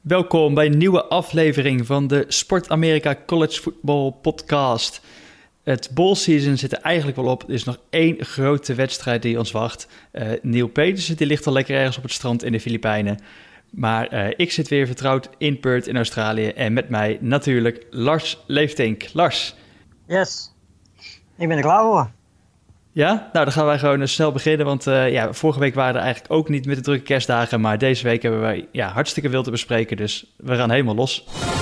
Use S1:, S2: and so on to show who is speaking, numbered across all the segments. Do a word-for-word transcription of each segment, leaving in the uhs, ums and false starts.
S1: Welkom bij een nieuwe aflevering van de Sport Amerika College Football Podcast. Het bowl season zit er eigenlijk wel op. Er is nog één grote wedstrijd die ons wacht. Uh, Neil Petersen die ligt al lekker ergens op het strand in de Filipijnen. Maar uh, ik zit weer vertrouwd in Perth in Australië. En met mij natuurlijk Lars Leeftink. Lars.
S2: Yes, ik ben er klaar voor.
S1: Ja? Nou, dan gaan wij gewoon uh, snel beginnen. Want uh, ja, vorige week waren we er eigenlijk ook niet met de drukke kerstdagen. Maar deze week hebben wij ja, hartstikke veel te bespreken. Dus we gaan helemaal los.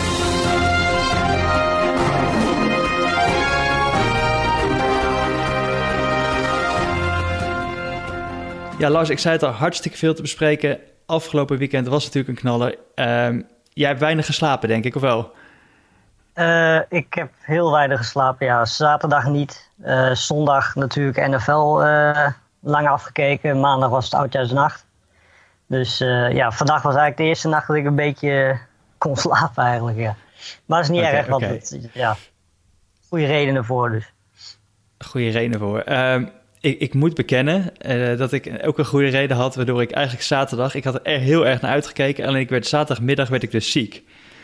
S1: Ja, Lars, ik zei het al, hartstikke veel te bespreken. Afgelopen weekend was natuurlijk een knaller. Uh, jij hebt weinig geslapen, denk ik, of wel?
S2: Uh, ik heb heel weinig geslapen, ja. Zaterdag niet. Uh, zondag natuurlijk N F L uh, lang afgekeken. Maandag was het Oudjaarsnacht. Dus uh, ja, vandaag was eigenlijk de eerste nacht dat ik een beetje kon slapen eigenlijk, ja. Maar dat is niet
S1: okay,
S2: erg, want
S1: okay.
S2: het, ja, goede redenen voor dus.
S1: Goede redenen voor. Uh, ik, ik moet bekennen uh, dat ik ook een goede reden had, waardoor ik eigenlijk zaterdag, ik had er echt heel erg naar uitgekeken. Alleen ik werd zaterdagmiddag werd ik dus ziek.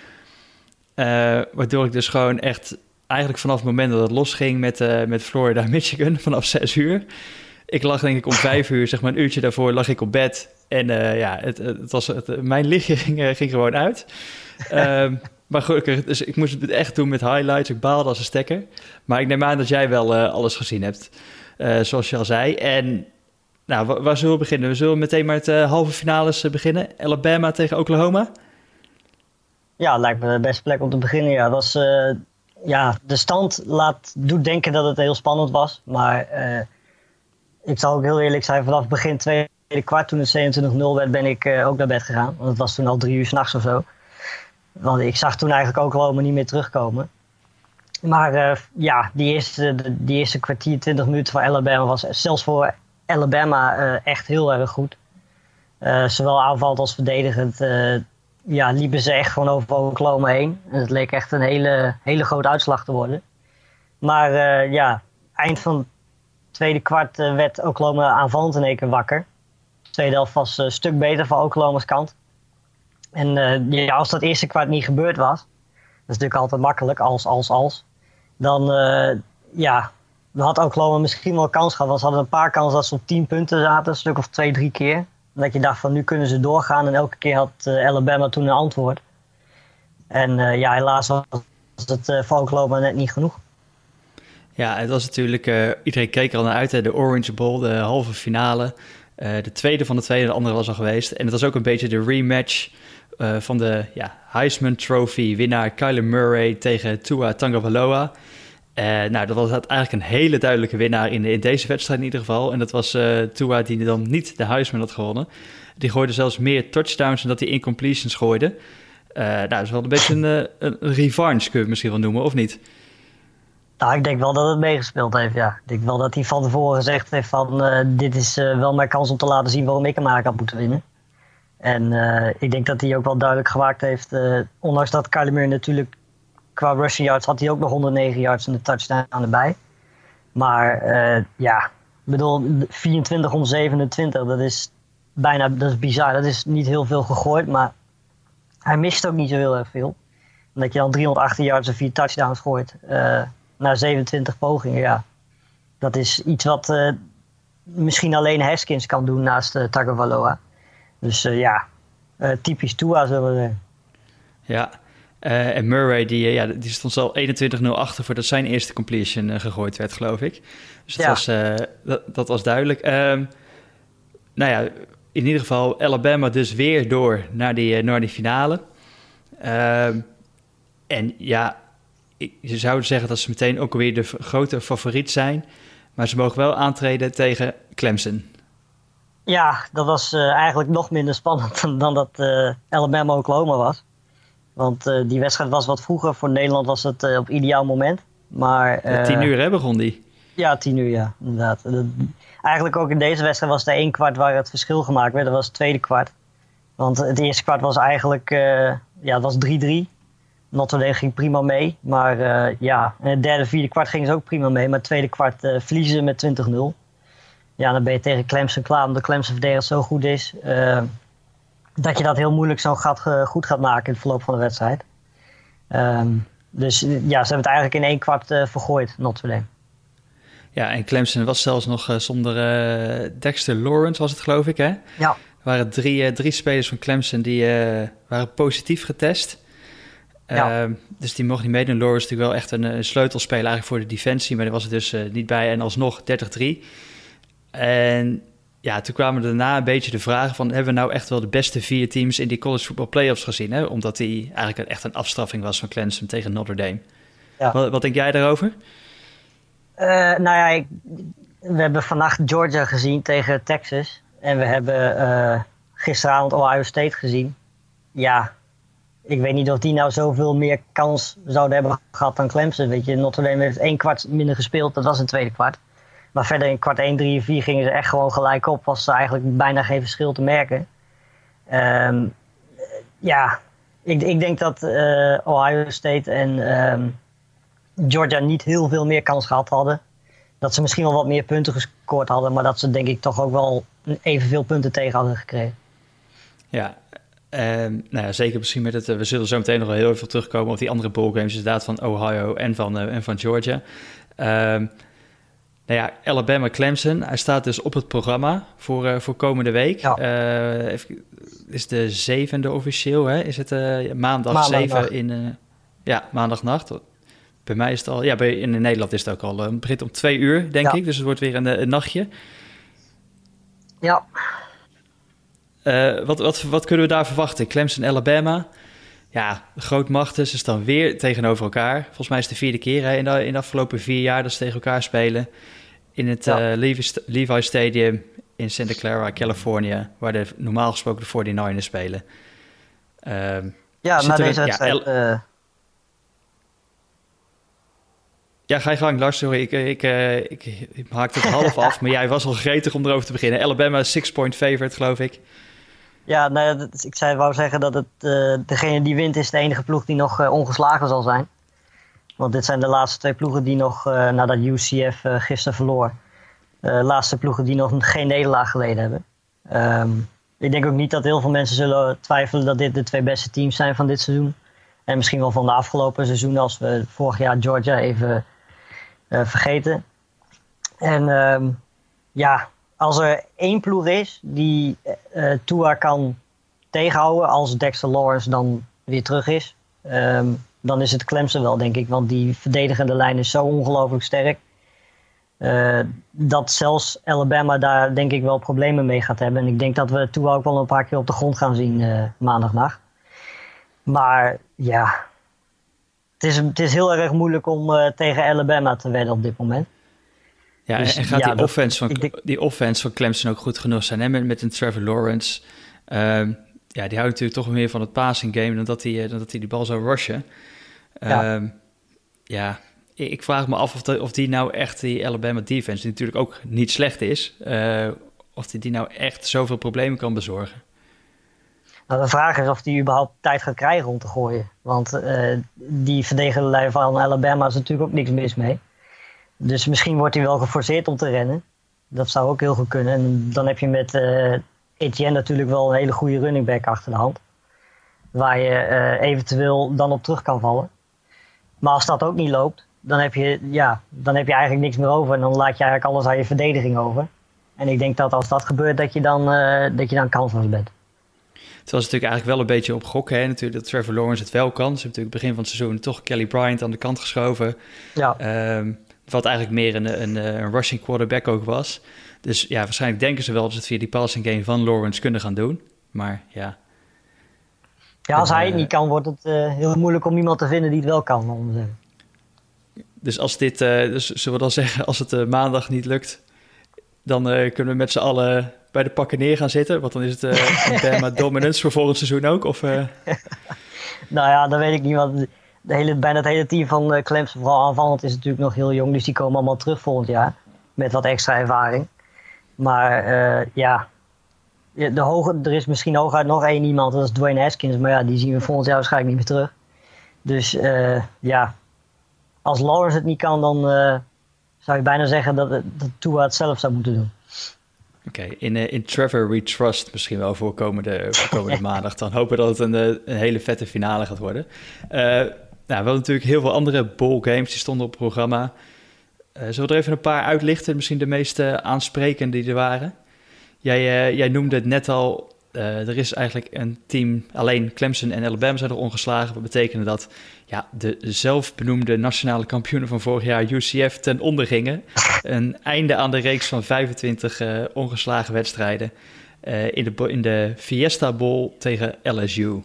S1: Uh, waardoor ik dus gewoon echt, eigenlijk vanaf het moment dat het losging met, uh, met Florida Michigan, vanaf zes uur. Ik lag denk ik om vijf uur, zeg maar een uurtje daarvoor, lag ik op bed. En uh, ja, het, het was, het, mijn lichtje ging, ging gewoon uit. Uh, maar gelukkig, dus ik moest het echt doen met highlights. Ik baalde als een stekker. Maar ik neem aan dat jij wel uh, alles gezien hebt, uh, zoals je al zei. En nou, waar, waar zullen we beginnen? We zullen meteen maar het uh, halve finales uh, beginnen. Alabama tegen Oklahoma.
S2: Ja, lijkt me de beste plek om te beginnen. Ja, was, uh, ja, de stand laat, doet denken dat het heel spannend was. Maar uh, ik zal ook heel eerlijk zijn, vanaf het begin tweede kwart, toen het zevenentwintig nul werd, ben ik uh, ook naar bed gegaan. Want het was toen al drie uur 's nachts of zo. Want ik zag toen eigenlijk ook Oklahoma niet meer terugkomen. Maar uh, ja, die eerste, die eerste kwartier, twintig minuten van Alabama was zelfs voor Alabama uh, echt heel erg goed. Uh, zowel aanvallend als verdedigend. Uh, Ja, liepen ze echt gewoon over Oklahoma heen. En het leek echt een hele, hele grote uitslag te worden. Maar uh, ja, eind van het tweede kwart uh, werd Oklahoma aanvallend in één keer wakker. De tweede helft was een stuk beter van Oklahoma's kant. En uh, ja, als dat eerste kwart niet gebeurd was, dat is natuurlijk altijd makkelijk, als, als, als. Dan, uh, ja, dan had Oklahoma misschien wel kans gehad. Want ze hadden een paar kansen dat ze op tien punten zaten, een stuk of twee, drie keer. Dat je dacht van nu kunnen ze doorgaan en elke keer had uh, Alabama toen een antwoord. En uh, ja, helaas was het uh, voor Oklahoma net niet genoeg.
S1: Ja, het was natuurlijk, uh, iedereen keek er al naar uit, hè, de Orange Bowl, de halve finale. Uh, de tweede van de tweede, de andere was al geweest. En het was ook een beetje de rematch uh, van de ja, Heisman Trophy winnaar Kyler Murray tegen Tua Tagovailoa. Uh, nou, dat was eigenlijk een hele duidelijke winnaar in, de, in deze wedstrijd in ieder geval. En dat was uh, Tua die dan niet de Heisman had gewonnen. Die gooide zelfs meer touchdowns dan dat hij incompletions gooide. Uh, nou, dat is wel een beetje een, een, een revanche, kun je het misschien wel noemen, of niet?
S2: Nou, ik denk wel dat het meegespeeld heeft, ja. Ik denk wel dat hij van tevoren gezegd heeft van uh, dit is uh, wel mijn kans om te laten zien waarom ik hem eigenlijk had moeten winnen. En uh, ik denk dat hij ook wel duidelijk gemaakt heeft, uh, ondanks dat Kyler Murray natuurlijk qua rushing yards had hij ook nog honderdnegen yards en de touchdown erbij. Maar uh, ja, ik bedoel, vierentwintig om zevenentwintig, dat is bijna, dat is bizar. Dat is niet heel veel gegooid, maar hij mist ook niet zo heel erg veel. Omdat je dan driehonderdachttien yards en vier touchdowns gooit uh, na zevenentwintig pogingen, ja. Dat is iets wat uh, misschien alleen Haskins kan doen naast uh, Tagovailoa. Dus uh, ja, uh, typisch Tua zullen we zeggen.
S1: Ja. Uh, en Murray, die, uh, ja, die stond al eenentwintig nul achter voordat zijn eerste completion uh, gegooid werd, geloof ik. Dus dat, ja. was, uh, dat, dat was duidelijk. Um, nou ja, in ieder geval Alabama dus weer door naar die, uh, naar die finale. Um, en ja, ik, je zou zeggen dat ze meteen ook alweer de f- grote favoriet zijn. Maar ze mogen wel aantreden tegen Clemson.
S2: Ja, dat was uh, eigenlijk nog minder spannend dan, dan dat uh, Alabama-Oklahoma was. Want uh, die wedstrijd was wat vroeger. Voor Nederland was het uh, op ideaal moment. Maar, uh,
S1: ja, tien uur hè, begon die?
S2: Ja, tien uur, ja, inderdaad. Uh, eigenlijk ook in deze wedstrijd was er één kwart waar het verschil gemaakt werd. Dat was het tweede kwart. Want het eerste kwart was eigenlijk uh, ja, het was drie drie. Notre Dame ging prima mee. Maar uh, ja, in het derde, vierde kwart gingen ze ook prima mee. Maar het tweede kwart uh, verliezen met twintig nul. Ja, dan ben je tegen Clemson klaar. Omdat Clemson verdedigend zo goed is. Uh, dat je dat heel moeilijk zo gaat, uh, goed gaat maken in het verloop van de wedstrijd. Um, dus ja, ze hebben het eigenlijk in één kwart uh, vergooid, Notre Dame.
S1: Ja, en Clemson was zelfs nog uh, zonder uh, Dexter Lawrence, was het geloof ik, hè?
S2: Ja.
S1: Er waren drie, uh, drie spelers van Clemson die uh, waren positief getest. Ja. Uh, dus die mocht niet meedoen. Lawrence is natuurlijk wel echt een, een sleutelspeler eigenlijk voor de defensie, maar die was er dus uh, niet bij. En alsnog dertig drie. En ja, toen kwamen daarna een beetje de vragen van, hebben we nou echt wel de beste vier teams in die college football playoffs gezien? Hè? Omdat die eigenlijk echt een afstraffing was van Clemson tegen Notre Dame. Ja. Wat, wat denk jij daarover?
S2: Uh, nou ja, ik, we hebben vannacht Georgia gezien tegen Texas. En we hebben uh, gisteravond Ohio State gezien. Ja, ik weet niet of die nou zoveel meer kans zouden hebben gehad dan Clemson. Weet je, Notre Dame heeft één kwart minder gespeeld. Dat was een tweede kwart. Maar verder in kwart één, drie en vier gingen ze echt gewoon gelijk op. Was er eigenlijk bijna geen verschil te merken. Um, ja, ik, ik denk dat uh, Ohio State en um, Georgia niet heel veel meer kans gehad hadden. Dat ze misschien wel wat meer punten gescoord hadden. Maar dat ze denk ik toch ook wel evenveel punten tegen hadden gekregen.
S1: Ja, um, nou ja, zeker misschien met het... We zullen zo meteen nog wel heel veel terugkomen op die andere bowlgames. Inderdaad van Ohio en van, uh, en van Georgia. Um, Nou ja, Alabama-Clemson, hij staat dus op het programma voor, uh, voor komende week. Ja. Uh, even, is de zevende officieel, hè? Is het uh, maandag zeven in... Uh, ja, maandagnacht. Bij mij is het al... Ja, bij, in Nederland is het ook al... Het uh, begint om twee uur, denk ja. ik. Dus het wordt weer een, een nachtje.
S2: Ja.
S1: Uh, wat, wat, wat kunnen we daar verwachten? Clemson-Alabama... Ja, de grootmachten, ze staan weer tegenover elkaar. Volgens mij is het de vierde keer hè, in, de, in de afgelopen vier jaar dat ze tegen elkaar spelen. In het ja. uh, Levi, Levi Stadium in Santa Clara, Californië, waar de, normaal gesproken de forty-niners spelen. Um,
S2: ja, maar deze wedstrijd... Ja, El- uh...
S1: ja, ga je gang, Lars. Sorry, ik, ik, uh, ik, ik maakte het half af, maar jij was al gretig om erover te beginnen. Alabama, six-point favorite, geloof ik.
S2: Ja, nou, dat, ik zei, wou zeggen dat het, uh, degene die wint is de enige ploeg die nog uh, ongeslagen zal zijn. Want dit zijn de laatste twee ploegen die nog, uh, nadat U C F uh, gisteren verloor, de uh, laatste ploegen die nog geen nederlaag geleden hebben. Um, ik denk ook niet dat heel veel mensen zullen twijfelen dat dit de twee beste teams zijn van dit seizoen. En misschien wel van de afgelopen seizoen, als we vorig jaar Georgia even uh, vergeten. En um, ja... Als er één ploeg is die uh, Tua kan tegenhouden als Dexter Lawrence dan weer terug is, um, dan is het Clemson wel, denk ik. Want die verdedigende lijn is zo ongelooflijk sterk. Uh, dat zelfs Alabama daar denk ik wel problemen mee gaat hebben. En ik denk dat we Tua ook wel een paar keer op de grond gaan zien uh, maandagnacht. Maar ja, het is, het is heel erg moeilijk om uh, tegen Alabama te wedden op dit moment.
S1: Ja, dus, en gaat ja, die, dat, offense van, denk, die offense van Clemson ook goed genoeg zijn, hè? Met, met een Trevor Lawrence. Um, ja, die houdt natuurlijk toch meer van het passing game dan dat hij, dan dat hij die bal zou rushen. Ja, um, ja ik, ik vraag me af of, de, of die nou echt die Alabama defense, die natuurlijk ook niet slecht is, uh, of die, die nou echt zoveel problemen kan bezorgen.
S2: Nou, de vraag is of die überhaupt tijd gaat krijgen om te gooien. Want uh, die verdedigende lijn van Alabama is natuurlijk ook niks mis mee. Dus misschien wordt hij wel geforceerd om te rennen. Dat zou ook heel goed kunnen. En dan heb je met uh, Etienne natuurlijk wel een hele goede running back achter de hand. Waar je uh, eventueel dan op terug kan vallen. Maar als dat ook niet loopt, dan heb je, ja, dan heb je eigenlijk niks meer over. En dan laat je eigenlijk alles aan je verdediging over. En ik denk dat als dat gebeurt, dat je dan, uh, dat je dan kansloos bent.
S1: Het was natuurlijk eigenlijk wel een beetje op gokken, hè? Natuurlijk dat Trevor Lawrence het wel kan. Ze hebben natuurlijk begin van het seizoen toch Kelly Bryant aan de kant geschoven. Ja. Um, Wat eigenlijk meer een, een, een rushing quarterback ook was. Dus ja, waarschijnlijk denken ze wel dat ze het via die passing game van Lawrence kunnen gaan doen. Maar ja.
S2: Ja, als en, hij het uh, niet kan, wordt het uh, heel moeilijk om iemand te vinden die het wel kan. Om te zeggen.
S1: Dus als dit, uh, dus zullen we dan zeggen, als het uh, maandag niet lukt, dan uh, kunnen we met z'n allen bij de pakken neer gaan zitten. Want dan is het uh, Alabama dominance voor volgend seizoen ook. Of, uh...
S2: nou ja, dat weet ik niet. Want de hele, bijna het hele team van uh, Clemson, vooral aanvallend, is natuurlijk nog heel jong. Dus die komen allemaal terug volgend jaar. Met wat extra ervaring. Maar uh, ja, de hoge, er is misschien hooguit nog één iemand. Dat is Dwayne Haskins. Maar ja, die zien we volgend jaar waarschijnlijk niet meer terug. Dus uh, ja, als Lawrence het niet kan, dan uh, zou je bijna zeggen dat, dat Tua het zelf zou moeten doen.
S1: Oké, okay, in, uh, in Trevor We Trust misschien wel voor komende, voor komende maandag. Dan hopen dat het een, een hele vette finale gaat worden. Uh, nou, we hadden natuurlijk heel veel andere bowl games die stonden op het programma. Uh, zullen we er even een paar uitlichten? Misschien de meest uh, aansprekende die er waren. Jij, uh, jij noemde het net al. Uh, er is eigenlijk een team, alleen Clemson en Alabama zijn er ongeslagen. Wat betekende dat ja, de zelfbenoemde nationale kampioenen van vorig jaar, U C F, ten onder gingen. Een einde aan de reeks van vijfentwintig uh, ongeslagen wedstrijden uh, in, de, in de Fiesta Bowl tegen L S U.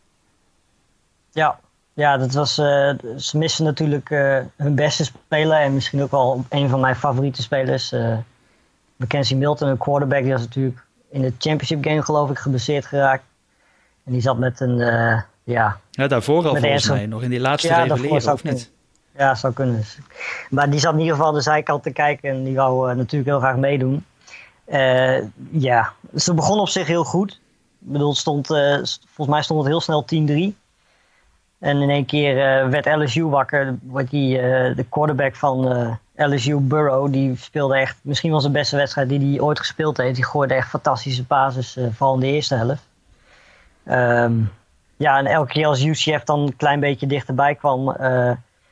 S2: Ja, ja dat was, uh, ze missen natuurlijk uh, hun beste speler en misschien ook wel een van mijn favoriete spelers. Uh, Mackenzie Milton, een quarterback, die was natuurlijk in de championship game geloof ik geblesseerd geraakt. En die zat met een, uh, ja...
S1: Ja, daarvoor al volgens mij, nog in die laatste
S2: ja,
S1: reguleren, of
S2: kunnen.
S1: niet?
S2: Ja, zou kunnen. Maar die zat in ieder geval aan de zijkant te kijken en die wou uh, natuurlijk heel graag meedoen. Uh, ja, ze begon op zich heel goed. Ik bedoel, het stond, uh, volgens mij stond het heel snel tien drie. En in één keer uh, werd L S U wakker. Wordt die, uh, de quarterback van uh, L S U, Burrow, die speelde echt misschien wel zijn beste wedstrijd die hij ooit gespeeld heeft. Die gooide echt fantastische basis, uh, vooral in de eerste helft. Um, ja, en elke keer als U C F dan een klein beetje dichterbij kwam, uh,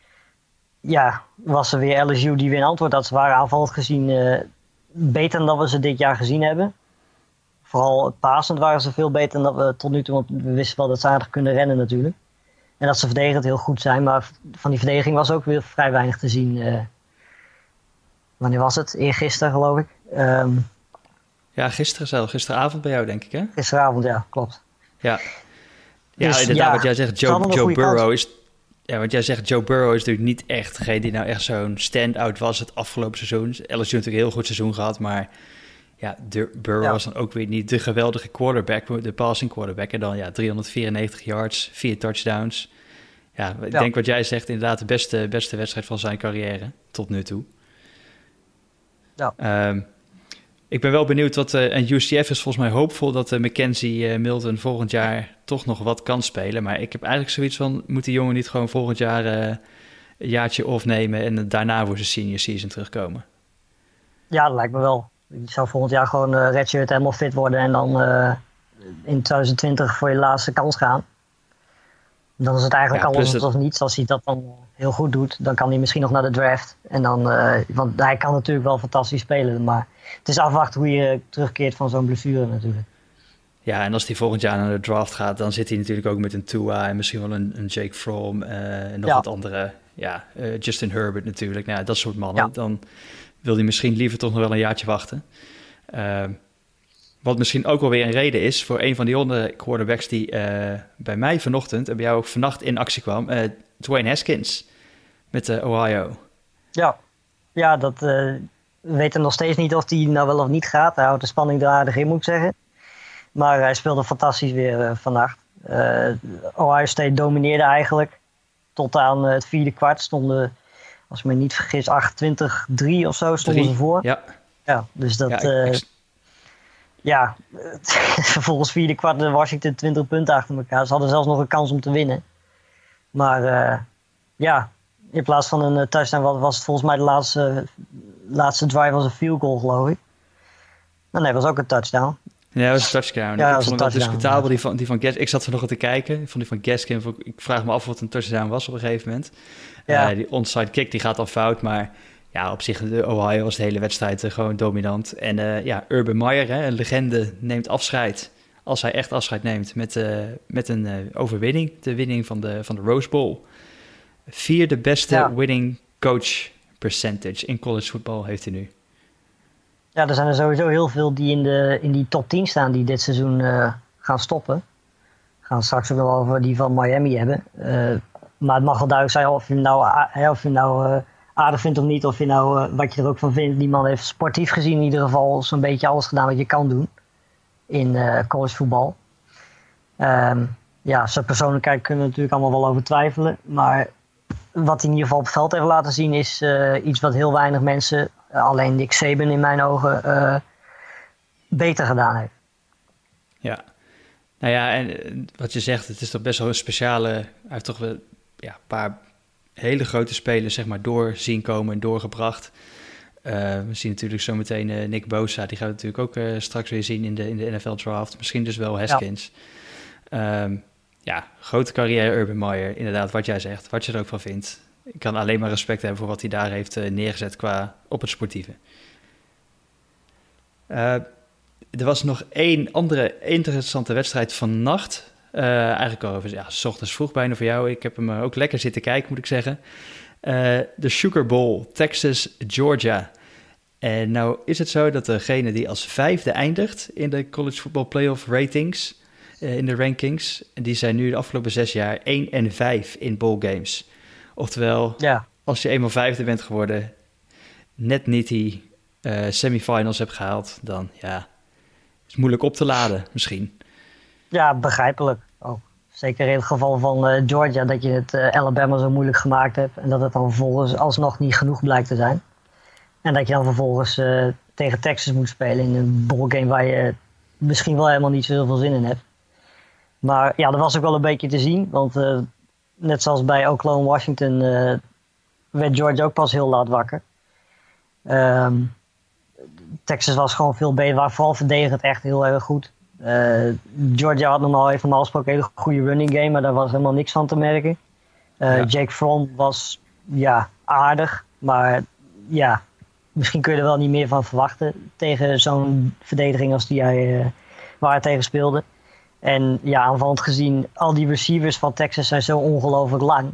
S2: ja, was er weer L S U die weer een antwoord had. Ze waren aanvallend gezien uh, beter dan we ze dit jaar gezien hebben. Vooral passend waren ze veel beter dan we tot nu toe, want we wisten wel dat ze aardig kunnen rennen natuurlijk. En dat ze verdedigend heel goed zijn, maar van die verdediging was ook weer vrij weinig te zien. Uh, wanneer was het? Eergisteren geloof ik. Um,
S1: ja, gisteren zelf. Gisteravond bij jou denk ik, hè?
S2: Gisteravond, ja, klopt.
S1: Ja, ja
S2: dus,
S1: inderdaad,
S2: ja,
S1: wat jij zegt, Joe, Joe Burrow is... Ja, wat jij zegt, Joe Burrow is natuurlijk niet echt degene die nou echt zo'n stand-out was het afgelopen seizoen. L S U natuurlijk een heel goed seizoen gehad, maar ja, de Burrow ja. was dan ook weer niet de geweldige quarterback, de passing quarterback. En dan ja, driehonderdvierennegentig yards, vier touchdowns. Ja, ik ja. denk wat jij zegt, inderdaad de beste, beste wedstrijd van zijn carrière tot nu toe. Ja. Um, ik ben wel benieuwd wat... Uh, en U C F is volgens mij hoopvol dat uh, Mackenzie uh, Milton volgend jaar toch nog wat kan spelen. Maar ik heb eigenlijk zoiets van, moet die jongen niet gewoon volgend jaar uh, een jaartje off nemen en daarna voor zijn senior season terugkomen?
S2: Ja, dat lijkt me wel. Je zou volgend jaar gewoon uh, redshirt helemaal fit worden en dan uh, in twintig twintig voor je laatste kans gaan. Dan is het eigenlijk ja, alles het... of niets. Als hij dat dan heel goed doet, dan kan hij misschien nog naar de draft. En dan, uh, want hij kan natuurlijk wel fantastisch spelen, maar het is afwachten hoe je terugkeert van zo'n blessure natuurlijk.
S1: Ja, en als hij volgend jaar naar de draft gaat, dan zit hij natuurlijk ook met een Tua en misschien wel een, een Jake Fromm uh, en nog ja. wat andere. Ja, uh, Justin Herbert natuurlijk. Nou, dat soort mannen. Ja. Dan wil hij misschien liever toch nog wel een jaartje wachten. Uh, Wat misschien ook wel weer een reden is voor een van die andere quarterbacks die uh, bij mij vanochtend en bij jou ook vannacht in actie kwam. Uh, Dwayne Haskins met uh, Ohio.
S2: Ja, ja dat, uh, we weten nog steeds niet of hij nou wel of niet gaat. Hij houdt de spanning er aardig in, moet ik zeggen. Maar hij speelde fantastisch weer uh, vannacht. Uh, Ohio State domineerde eigenlijk. Tot aan uh, het vierde kwart stonden, als ik me niet vergis, achtentwintig drie of zo stonden
S1: Drie,
S2: ze voor.
S1: Ja,
S2: ja dus dat...
S1: Ja,
S2: uh,
S1: ik...
S2: Ja, vervolgens vierde kwart Washington twintig punten achter elkaar. Ze hadden zelfs nog een kans om te winnen. Maar uh, ja, in plaats van een touchdown was het volgens mij de laatste, laatste drive was een field goal, geloof ik. Nou, nee, was ook een touchdown.
S1: Ja, dat was een touchdown.
S2: Ja,
S1: ik vond het wel discutabel, die van, die van Gaskin. Ik zat vanochtend te kijken. Ik vond die van Gaskin, ik vraag me af wat een touchdown was op een gegeven moment. Ja. Uh, die onside kick, die gaat al fout, maar... Ja, op zich, de Ohio was de hele wedstrijd uh, gewoon dominant. En uh, ja, Urban Meyer, hè, een legende, neemt afscheid. Als hij echt afscheid neemt met, uh, met een uh, overwinning. De winning van de, van de Rose Bowl. Vierde beste ja. winning coach percentage in college football heeft hij nu.
S2: Ja, er zijn er sowieso heel veel die in, de, in die top tien staan die dit seizoen uh, gaan stoppen. We gaan straks ook wel over die van Miami hebben. Uh, maar het mag wel duidelijk zijn of je nou... Uh, of je nou uh, aardig vindt of niet, of je nou uh, wat je er ook van vindt. Die man heeft sportief gezien in ieder geval zo'n beetje alles gedaan wat je kan doen in uh, collegevoetbal. Um, ja, zijn persoonlijkheid kunnen we natuurlijk allemaal wel over twijfelen. Maar wat hij in ieder geval op het veld heeft laten zien is uh, iets wat heel weinig mensen, uh, alleen Nick Saban in mijn ogen, uh, beter gedaan heeft.
S1: Ja, nou ja, en wat je zegt, het is toch best wel een speciale, hij heeft toch wel ja, een paar hele grote spelers zeg maar door zien komen en doorgebracht. Uh, we zien natuurlijk zometeen uh, Nick Bosa. Die gaan we natuurlijk ook uh, straks weer zien in de, in de N F L draft. Misschien dus wel Haskins. Ja, um, ja grote carrière Urban Meyer. Inderdaad, wat jij zegt. Wat je er ook van vindt. Ik kan alleen maar respect hebben voor wat hij daar heeft uh, neergezet qua op het sportieve. Uh, er was nog één andere interessante wedstrijd vannacht. Uh, eigenlijk al, ja, 's ochtends vroeg bijna voor jou. Ik heb hem ook lekker zitten kijken, moet ik zeggen. Uh, de Sugar Bowl, Texas, Georgia. En nou is het zo dat degene die als vijfde eindigt in de college football playoff ratings, uh, in de rankings, die zijn nu de afgelopen zes jaar één en vijf in bowl games. Oftewel, ja. Als je eenmaal vijfde bent geworden, net niet die uh, semifinals hebt gehaald, dan ja, is het moeilijk op te laden misschien.
S2: Ja, begrijpelijk ook. Zeker in het geval van uh, Georgia, dat je het uh, Alabama zo moeilijk gemaakt hebt. En dat het dan vervolgens alsnog niet genoeg blijkt te zijn. En dat je dan vervolgens uh, tegen Texas moet spelen in een ballgame waar je misschien wel helemaal niet zo heel veel zin in hebt. Maar ja, dat was ook wel een beetje te zien. Want uh, net zoals bij Oklahoma Washington uh, werd Georgia ook pas heel laat wakker. Um, Texas was gewoon veel beter, waar vooral verdedigend echt heel erg goed. Uh, Georgia had normaal, heeft normaal gesproken een hele goede running game, maar daar was helemaal niks van te merken. Uh, ja. Jake Fromm was ja, aardig, maar ja, misschien kun je er wel niet meer van verwachten tegen zo'n verdediging als die hij, uh, waar hij tegen speelde. En ja, aanvallend gezien, al die receivers van Texas zijn zo ongelooflijk lang.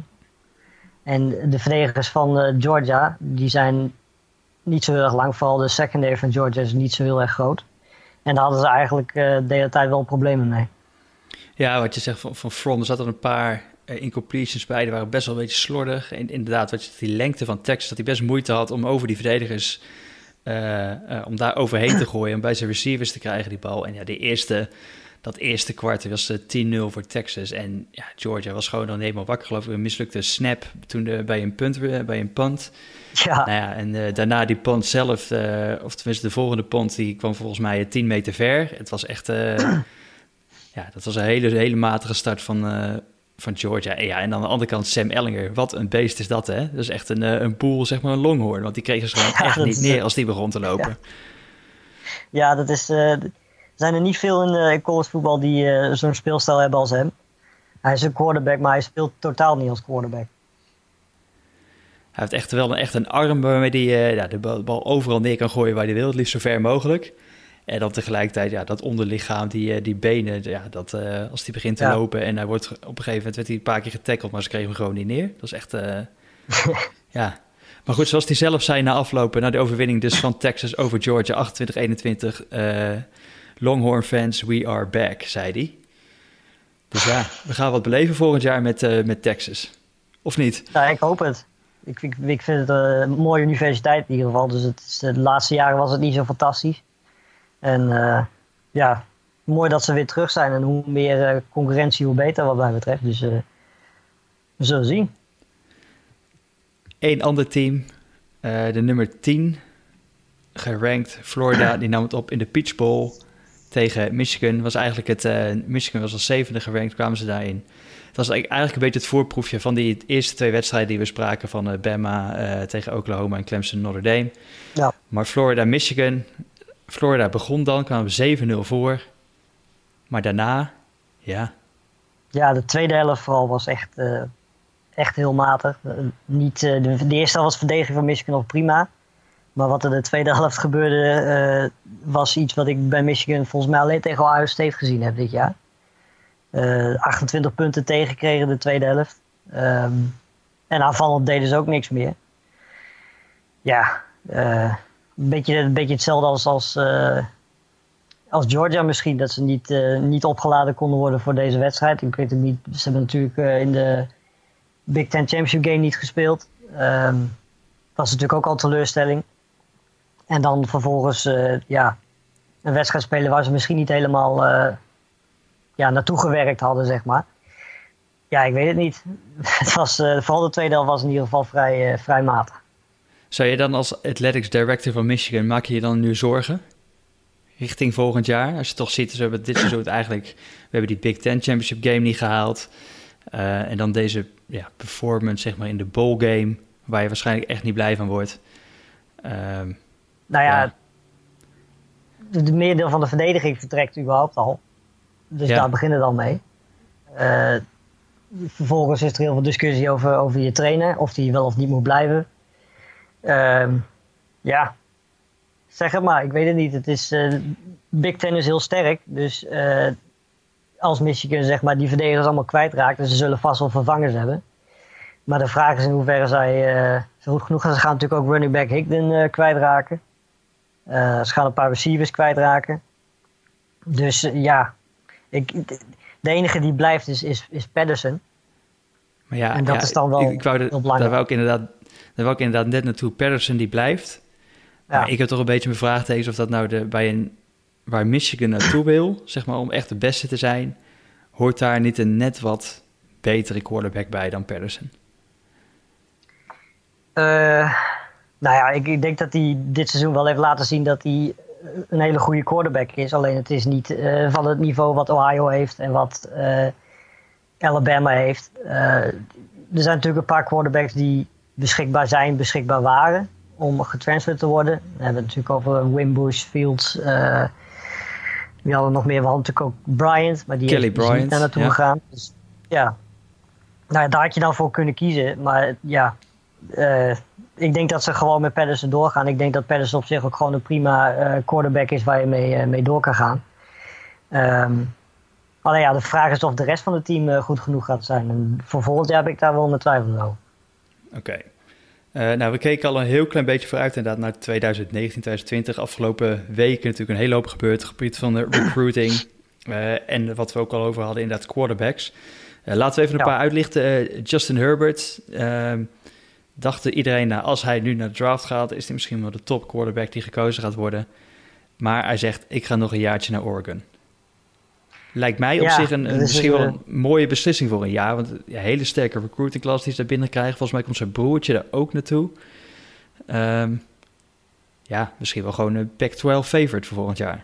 S2: En de verdedigers van uh, Georgia, die zijn niet zo heel erg lang. Vooral de secondary van Georgia is niet zo heel erg groot. En daar hadden ze eigenlijk uh, de hele tijd wel problemen mee.
S1: Ja, wat je zegt van, van Fromm, er zaten een paar uh, incompletions bij. Die waren best wel een beetje slordig. En inderdaad, wat je, die lengte van Texas, dat hij best moeite had om over die verdedigers, uh, uh, om daar overheen te gooien. Om bij zijn receivers te krijgen die bal. En ja, de eerste, dat eerste kwart was uh, tien nul voor Texas. En ja, Georgia was gewoon dan helemaal wakker, geloof ik. Een mislukte snap toen de, bij een punt, uh, bij een punt. Ja. Nou ja, en uh, daarna die punt zelf, uh, of tenminste de volgende punt, die kwam volgens mij tien meter ver. Het was echt, uh, ja, dat was een hele, hele matige start van, uh, van Georgia. En, ja, en aan de andere kant Sam Ehlinger. Wat een beest is dat, hè? Dat is echt een, uh, een boel, zeg maar een longhorn. Want die kregen ze gewoon ja, echt niet is, neer als die begon te lopen.
S2: Ja, ja dat is, uh, er zijn er niet veel in uh, collegevoetbal die uh, zo'n speelstijl hebben als hem. Hij is een quarterback, maar hij speelt totaal niet als quarterback.
S1: Hij heeft echt wel een, echt een arm waarmee hij uh, ja, de bal overal neer kan gooien waar hij wil. Het liefst zo ver mogelijk. En dan tegelijkertijd, ja, dat onderlichaam, die, uh, die benen, ja, dat, uh, als hij begint te ja. lopen en hij wordt op een gegeven moment werd hij een paar keer getackeld, maar ze kregen hem gewoon niet neer. Dat is echt, uh, ja. Maar goed, zoals hij zelf zei na aflopen, na de overwinning dus van Texas over Georgia, achtentwintig eenentwintig. Uh, Longhorn fans, we are back, zei hij. Dus ja, we gaan wat beleven volgend jaar met, uh, met Texas. Of niet?
S2: Ja, ik hoop het. Ik, ik, ik vind het een mooie universiteit in ieder geval. Dus het is, de laatste jaren was het niet zo fantastisch. En uh, ja, mooi dat ze weer terug zijn. En hoe meer uh, concurrentie, hoe beter wat mij betreft. Dus uh, we zullen zien.
S1: Eén ander team, uh, de nummer tien, gerankt Florida. Die nam het op in de Peach Bowl tegen Michigan. Was eigenlijk het, uh, Michigan was als zevende gerankt, kwamen ze daarin. Het was eigenlijk een beetje het voorproefje van die eerste twee wedstrijden die we spraken van uh, Bama uh, tegen Oklahoma en Clemson Notre Dame. Ja. Maar Florida, Michigan, Florida begon dan, kwamen we zeven nul voor. Maar daarna, ja.
S2: Ja, de tweede helft vooral was echt, uh, echt heel matig. Uh, niet, uh, de, de eerste helft was verdediging van Michigan nog prima. Maar wat er de tweede helft gebeurde, uh, was iets wat ik bij Michigan volgens mij alleen tegen Ohio State gezien heb dit jaar. Uh, achtentwintig punten tegenkregen de tweede helft. Um, en aanvallend deden ze ook niks meer. Ja, uh, een, beetje, een beetje hetzelfde als, als, uh, als Georgia misschien. Dat ze niet, uh, niet opgeladen konden worden voor deze wedstrijd. Ik weet het niet. Ze hebben natuurlijk uh, in de Big Ten Championship Game niet gespeeld. Um, dat was natuurlijk ook al teleurstelling. En dan vervolgens uh, ja, een wedstrijd spelen waar ze misschien niet helemaal uh, ja, naartoe gewerkt hadden, zeg maar. Ja, ik weet het niet. Het was, uh, vooral de tweede helft was in ieder geval vrij, uh, vrij matig.
S1: Zou je dan als Athletics Director van Michigan, maak je je dan nu zorgen richting volgend jaar? Als je toch ziet, we hebben dit seizoen eigenlijk, we hebben die Big Ten Championship Game niet gehaald. Uh, en dan deze ja, performance zeg maar in de bowl game, waar je waarschijnlijk echt niet blij van wordt. Um,
S2: nou ja,
S1: ja.
S2: de, de meerdeel van de verdediging vertrekt überhaupt al. Dus
S1: ja.
S2: daar beginnen we dan mee. Uh, vervolgens is er heel veel discussie over, over je trainer. Of die wel of niet moet blijven. Uh, ja, zeg het maar. Ik weet het niet. Het is, uh, Big Ten is heel sterk. Dus uh, als Michigan zeg maar, die verdedigers allemaal kwijtraakt. Dus ze zullen vast wel vervangers hebben. Maar de vraag is in hoeverre zij uh, zo goed genoeg gaan. Ze gaan natuurlijk ook running back Higdon uh, kwijtraken. Uh, ze gaan een paar receivers kwijtraken. Dus uh, ja, ik, de enige die blijft is, is, is Patterson.
S1: Maar ja,
S2: en dat
S1: ja,
S2: is dan wel
S1: ik, ik wou de,
S2: heel belangrijk.
S1: Daar wou ik inderdaad, daar wou ik inderdaad net naartoe. Patterson die blijft. Ja. Maar ik heb toch een beetje mijn vraagtekens of dat nou de, bij een waar Michigan naartoe wil, zeg maar, om echt de beste te zijn, hoort daar niet een net wat betere quarterback bij dan Patterson?
S2: Uh, nou ja, ik, ik denk dat hij dit seizoen wel heeft laten zien dat hij een hele goede quarterback is. Alleen het is niet uh, van het niveau wat Ohio heeft en wat uh, Alabama heeft. Uh, er zijn natuurlijk een paar quarterbacks die beschikbaar zijn, beschikbaar waren om getransferd te worden. We hebben het natuurlijk over Wimbush, Fields. Uh, we hadden nog meer, we hadden natuurlijk ook Bryant, maar die
S1: Kelly
S2: is dus
S1: Bryant,
S2: niet daar naartoe
S1: ja.
S2: gegaan. Dus, ja, nou, daar had je dan voor kunnen kiezen. Maar ja, uh, ik denk dat ze gewoon met Patterson doorgaan. Ik denk dat Patterson op zich ook gewoon een prima uh, quarterback is waar je mee, uh, mee door kan gaan. Um, alleen ja, de vraag is of de rest van het team uh, goed genoeg gaat zijn. En voor volgend jaar heb ik daar wel mijn twijfels over.
S1: Oké. Okay. Uh, nou, we keken al een heel klein beetje vooruit inderdaad naar twintig negentien, twintig twintig. Afgelopen weken natuurlijk een hele hoop gebeurd op het gebied van de recruiting. Uh, en wat we ook al over hadden, inderdaad quarterbacks. Uh, laten we even een ja. paar uitlichten. Uh, Justin Herbert. Uh, dacht iedereen, nou, als hij nu naar de draft gaat, is hij misschien wel de top quarterback die gekozen gaat worden. Maar hij zegt, ik ga nog een jaartje naar Oregon. Lijkt mij op ja, zich een, een misschien wel een mooie beslissing voor een jaar. Want een hele sterke recruiting class die ze daar binnen krijgen. Volgens mij komt zijn broertje daar ook naartoe. Um, ja, misschien wel gewoon een Pac twaalf favorite voor volgend jaar.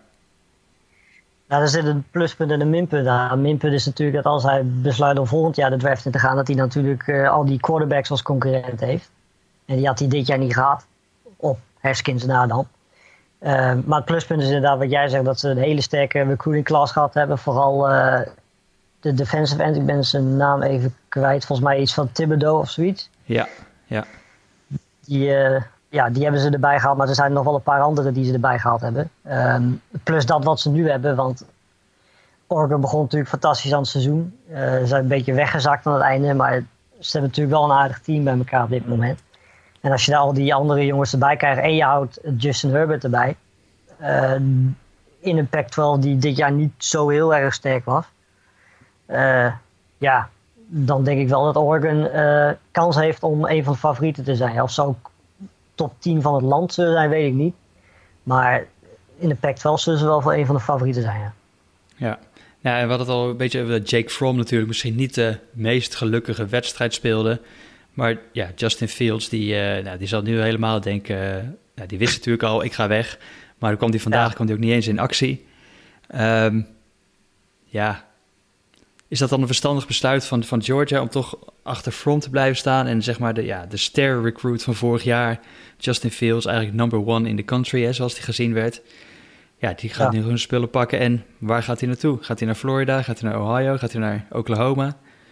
S2: Nou, er zit een pluspunt en een minpunt aan. Een minpunt is natuurlijk dat als hij besluit om volgend jaar de draft in te gaan, dat hij natuurlijk uh, al die quarterbacks als concurrent heeft. En die had hij dit jaar niet gehad. Op Haskins na dan. Uh, maar het pluspunt is inderdaad wat jij zegt, dat ze een hele sterke recruiting class gehad hebben. Vooral uh, de defensive end, ik ben zijn naam even kwijt. Volgens mij iets van Thibodeau of zoiets.
S1: Ja, ja.
S2: Die, uh, ja, die hebben ze erbij gehaald, maar er zijn nog wel een paar andere die ze erbij gehaald hebben. Um, plus dat wat ze nu hebben, want Oregon begon natuurlijk fantastisch aan het seizoen. Uh, ze zijn een beetje weggezakt aan het einde, maar ze hebben natuurlijk wel een aardig team bij elkaar op dit moment. En als je daar al die andere jongens erbij krijgt en je houdt Justin Herbert erbij. Uh, in een Pac twaalf die dit jaar niet zo heel erg sterk was. Uh, ja, dan denk ik wel dat Oregon uh, kans heeft om een van de favorieten te zijn. Of ze ook top tien van het land zullen zijn, weet ik niet. Maar in de Pac twaalf zullen ze wel voor een van de favorieten zijn. Ja,
S1: ja. Ja, en we hadden het al een beetje over dat Jake Fromm natuurlijk misschien niet de meest gelukkige wedstrijd speelde. Maar ja, Justin Fields, die, uh, nou, die zal nu helemaal denken, uh, nou, die wist natuurlijk al, ik ga weg. Maar dan kwam hij vandaag, ja. kwam hij ook niet eens in actie. Um, ja, is dat dan een verstandig besluit van, van Georgia om toch achter Fromm te blijven staan? En zeg maar de, ja, de ster recruit van vorig jaar, Justin Fields, eigenlijk number one in the country, hè, zoals die gezien werd. Ja, die gaat ja. nu hun spullen pakken. En waar gaat hij naartoe? Gaat hij naar Florida? Gaat hij naar Ohio? Gaat hij naar Oklahoma?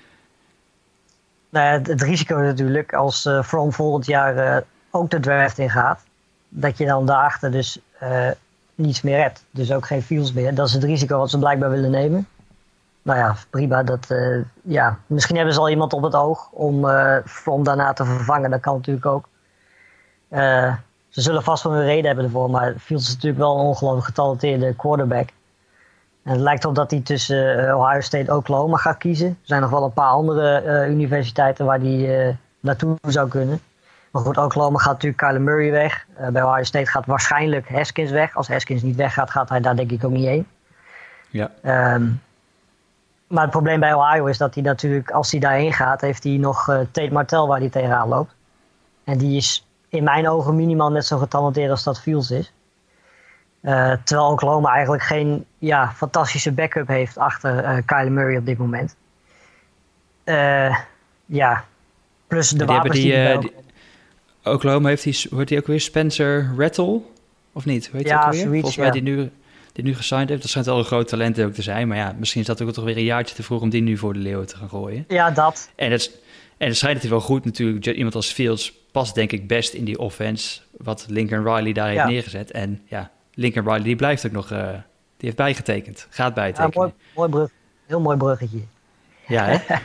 S2: Nou ja, het, het risico is natuurlijk als uh, Fromm volgend jaar uh, ook de draft ingaat, dat je dan daarachter dus uh, niets meer hebt. Dus ook geen Fields meer. Dat is het risico wat ze blijkbaar willen nemen. Nou ja, prima. Dat, uh, ja. Misschien hebben ze al iemand op het oog om uh, Fromm daarna te vervangen. Dat kan natuurlijk ook. Uh, ze zullen vast wel een reden hebben ervoor. Maar Fields is natuurlijk wel een ongelooflijk getalenteerde quarterback. En het lijkt erop dat hij tussen uh, Ohio State en Oklahoma gaat kiezen. Er zijn nog wel een paar andere uh, universiteiten waar hij uh, naartoe zou kunnen. Maar goed, Oklahoma gaat natuurlijk Kyler Murray weg. Uh, bij Ohio State gaat waarschijnlijk Haskins weg. Als Haskins niet weggaat, gaat hij daar denk ik ook niet heen.
S1: Ja.
S2: Um, maar het probleem bij Ohio is dat hij natuurlijk, als hij daarheen gaat, heeft hij nog uh, Tate Martell waar hij tegenaan loopt. En die is in mijn ogen minimaal net zo getalenteerd als dat Fields is. Uh, terwijl Oklahoma eigenlijk geen ja, fantastische backup heeft achter uh, Kyler Murray op dit moment. Uh, ja, plus de
S1: die
S2: wapens
S1: die,
S2: die,
S1: uh, die Oklahoma heeft hij, hoort hij ook weer Spencer Rattle? Of niet? Hoe heet
S2: Ja,
S1: hij ook weer?
S2: zoiets,
S1: Volgens mij
S2: ja.
S1: die nu, die nu gesigned heeft. Dat schijnt wel een groot talent ook te zijn. Maar ja, misschien is dat ook toch weer een jaartje te vroeg om die nu voor de Leeuwen te gaan gooien.
S2: Ja, dat.
S1: En het, en het schijnt dat hij wel goed natuurlijk. Iemand als Fields past denk ik best in die offense. Wat Lincoln Riley daar heeft
S2: Ja.
S1: neergezet. En ja, Lincoln Riley die blijft ook nog... Uh, die heeft bijgetekend. Gaat
S2: Ja,
S1: bijtekenen.
S2: mooi, mooi brug. Heel mooi bruggetje.
S1: Ja, hè?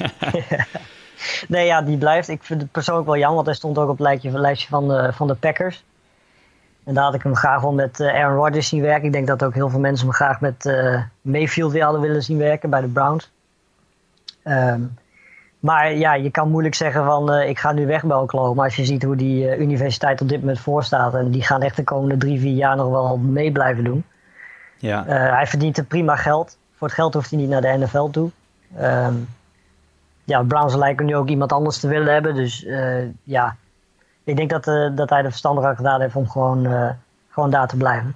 S2: Nee, ja, die blijft. Ik vind het persoonlijk wel jammer, want hij stond ook op het lijstje, lijstje van, de, van de Packers. En daar had ik hem graag wel met uh, Aaron Rodgers zien werken. Ik denk dat ook heel veel mensen hem graag met uh, Mayfield weer hadden willen zien werken bij de Browns. Um, maar ja, je kan moeilijk zeggen van uh, ik ga nu weg bij Oklahoma. Maar als je ziet hoe die uh, universiteit op dit moment voor staat. En die gaan echt de komende drie, vier jaar nog wel mee blijven doen.
S1: Ja.
S2: Uh, hij verdient er prima geld. Voor het geld hoeft hij niet naar de N F L toe. Um, ja, de Browns lijken nu ook iemand anders te willen hebben. Dus uh, ja, ik denk dat, uh, dat hij er verstandig aan gedaan heeft om gewoon, uh, gewoon daar te blijven.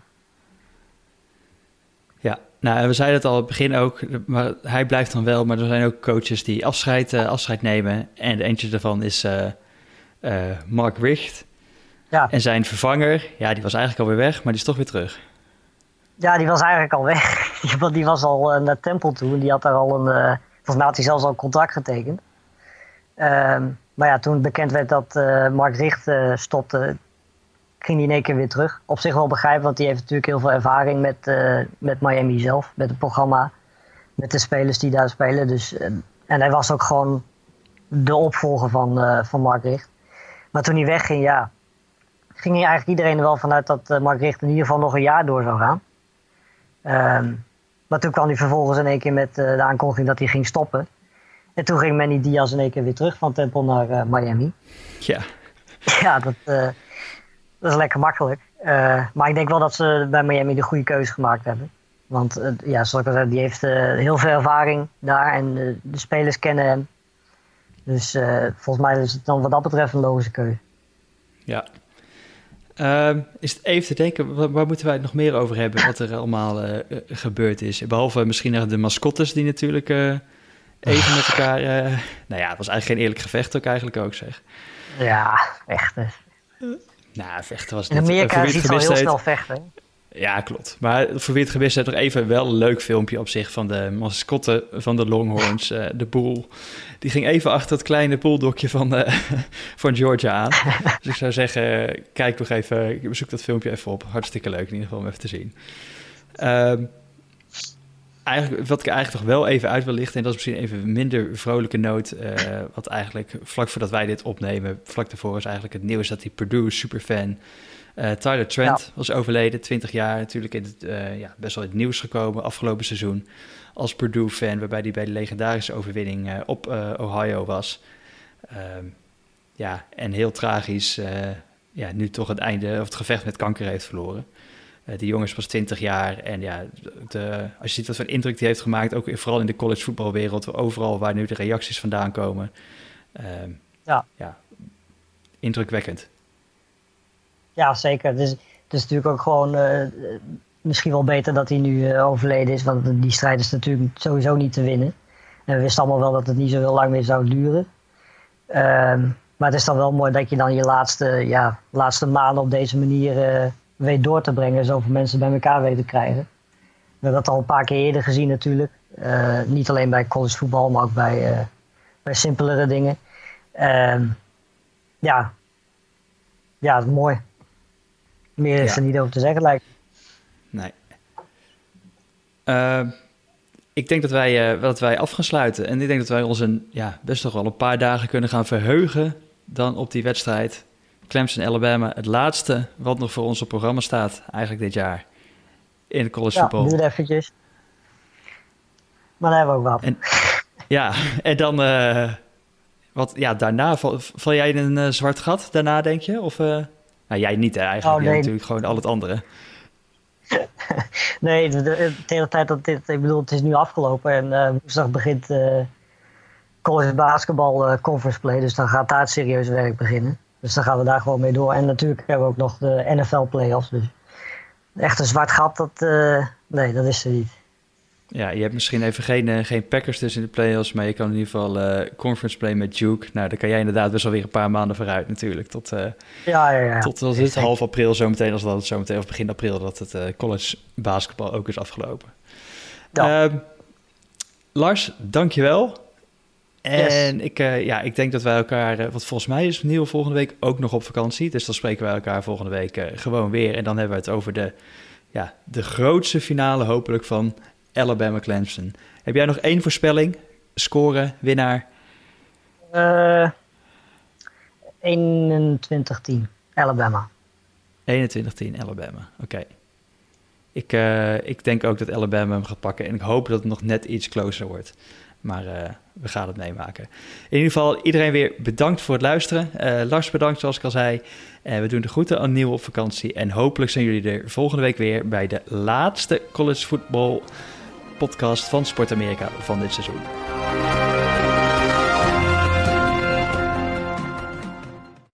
S1: Ja, nou, we zeiden het al op het begin ook, maar hij blijft dan wel. Maar er zijn ook coaches die afscheid, uh, afscheid nemen. En eentje daarvan is uh, uh, Mark Richt.
S2: Ja.
S1: En zijn vervanger, ja, die was eigenlijk alweer weg, maar die is toch weer terug.
S2: Ja, die was eigenlijk al weg. Die was al uh, naar Temple toe. En die had daar al een... Uh, volgens mij had hij zelfs al een contract getekend. Um, maar ja, toen bekend werd dat uh, Mark Richt uh, stopte, ging hij in één keer weer terug. Op zich wel begrijpen, want hij heeft natuurlijk heel veel ervaring met, uh, met Miami zelf. Met het programma, met de spelers die daar spelen. Dus, uh, en hij was ook gewoon de opvolger van, uh, van Mark Richt. Maar toen hij wegging, ja, ging hij eigenlijk iedereen er wel vanuit dat uh, Mark Richt in ieder geval nog een jaar door zou gaan. Um, maar toen kwam hij vervolgens in één keer met uh, de aankondiging dat hij ging stoppen. En toen ging Manny Diaz in één keer weer terug van Temple naar uh, Miami.
S1: Ja.
S2: Ja, dat, uh, dat is lekker makkelijk. Uh, maar ik denk wel dat ze bij Miami de goede keuze gemaakt hebben. Want uh, ja, zoals ik al zei, die heeft uh, heel veel ervaring daar en uh, de spelers kennen hem. Dus uh, volgens mij is het dan wat dat betreft een logische keuze.
S1: Ja. Uh, is het even te denken, waar, waar moeten wij het nog meer over hebben, wat er allemaal uh, gebeurd is? Behalve misschien nog de mascottes die natuurlijk uh, even met elkaar... Uh, nou ja, het was eigenlijk geen eerlijk gevecht ook eigenlijk ook, zeg.
S2: Ja, vechten.
S1: Nou, vechten was
S2: in
S1: niet...
S2: In Amerika
S1: uh,
S2: is het al heel snel vechten.
S1: Ja, klopt. Maar voor wie het gemist heeft, nog even wel een leuk filmpje op zich van de mascotte van de Longhorns, uh, de Bull. Die ging even achter het kleine bulldogje van, uh, van Georgia aan. Dus ik zou zeggen, kijk nog even, zoek dat filmpje even op. Hartstikke leuk in ieder geval om even te zien. Um, eigenlijk, wat ik eigenlijk toch wel even uit wil lichten, en dat is misschien even een minder vrolijke noot, uh, wat eigenlijk vlak voordat wij dit opnemen, vlak daarvoor is eigenlijk het nieuws dat die Purdue superfan Uh, Tyler Trent ja. was overleden, twintig jaar, natuurlijk in het, uh, ja, best wel in het nieuws gekomen afgelopen seizoen als Purdue-fan, waarbij hij bij de legendarische overwinning uh, op uh, Ohio was. Uh, ja, en heel tragisch, uh, ja, nu toch het einde of het gevecht met kanker heeft verloren. Uh, die jongen is pas twintig jaar en ja, de, als je ziet wat voor indruk die heeft gemaakt, ook vooral in de college voetbalwereld, overal waar nu de reacties vandaan komen. Uh, ja. ja, indrukwekkend.
S2: Ja, zeker. Het is, het is natuurlijk ook gewoon uh, misschien wel beter dat hij nu uh, overleden is. Want die strijd is natuurlijk sowieso niet te winnen. En we wisten allemaal wel dat het niet zo heel lang meer zou duren. Um, maar het is dan wel mooi dat je dan je laatste, ja, laatste maanden op deze manier uh, weet door te brengen. Zoveel mensen bij elkaar weet te krijgen. We hebben dat al een paar keer eerder gezien natuurlijk. Uh, niet alleen bij college voetbal, maar ook bij, uh, bij simpelere dingen. Um, ja. ja, het is mooi. Meer is ja. er niet over te zeggen, lijkt.
S1: Nee. Uh, ik denk dat wij, uh, dat wij af gaan sluiten. En ik denk dat wij ons een, ja, best nog wel een paar dagen kunnen gaan verheugen dan op die wedstrijd. Clemson-Alabama, het laatste wat nog voor ons op programma staat eigenlijk dit jaar in de college voetbal.
S2: Ja, duurt eventjes. Maar dan hebben we ook wat.
S1: En, ja, en dan, uh, wat, ja, daarna, val, val jij in een uh, zwart gat daarna, denk je? Of... Uh, Nou, jij niet hè, eigenlijk. Oh, nee. Jij natuurlijk gewoon al het andere.
S2: Nee, de, de, de hele tijd dat dit... Ik bedoel, het is nu afgelopen. En uh, woensdag begint uh, college basketbal uh, conference play. Dus dan gaat daar het serieuze werk beginnen. Dus dan gaan we daar gewoon mee door. En natuurlijk hebben we ook nog de N F L playoffs. Dus echt een zwart gat, dat... Uh, nee, dat is er niet.
S1: Ja, je hebt misschien even geen, uh, geen Packers tussen de playoffs, maar je kan in ieder geval uh, conference play met Duke. Nou, daar kan jij inderdaad best wel weer een paar maanden vooruit natuurlijk. Tot, uh,
S2: ja, ja, ja.
S1: tot was het half april zometeen, als dat het zometeen, of begin april, dat het uh, college basketbal ook is afgelopen. Ja. Uh, Lars, dankjewel. En yes. ik, uh, ja, ik denk dat wij elkaar, uh, want volgens mij is Nieuw volgende week ook nog op vakantie. Dus dan spreken wij elkaar volgende week uh, gewoon weer. En dan hebben we het over de, ja, de grootste finale hopelijk van Alabama Clemson. Heb jij nog één voorspelling? Score, winnaar?
S2: Uh, eenentwintig tien, Alabama.
S1: eenentwintig tien, Alabama, oké. Okay. Ik, uh, ik denk ook dat Alabama hem gaat pakken. En ik hoop dat het nog net iets closer wordt. Maar uh, we gaan het meemaken. In ieder geval, iedereen weer bedankt voor het luisteren. Uh, Lars bedankt, zoals ik al zei. Uh, we doen de groeten aan Nieuw op vakantie. En hopelijk zijn jullie er volgende week weer bij de laatste college football podcast van Sport Amerika van dit seizoen.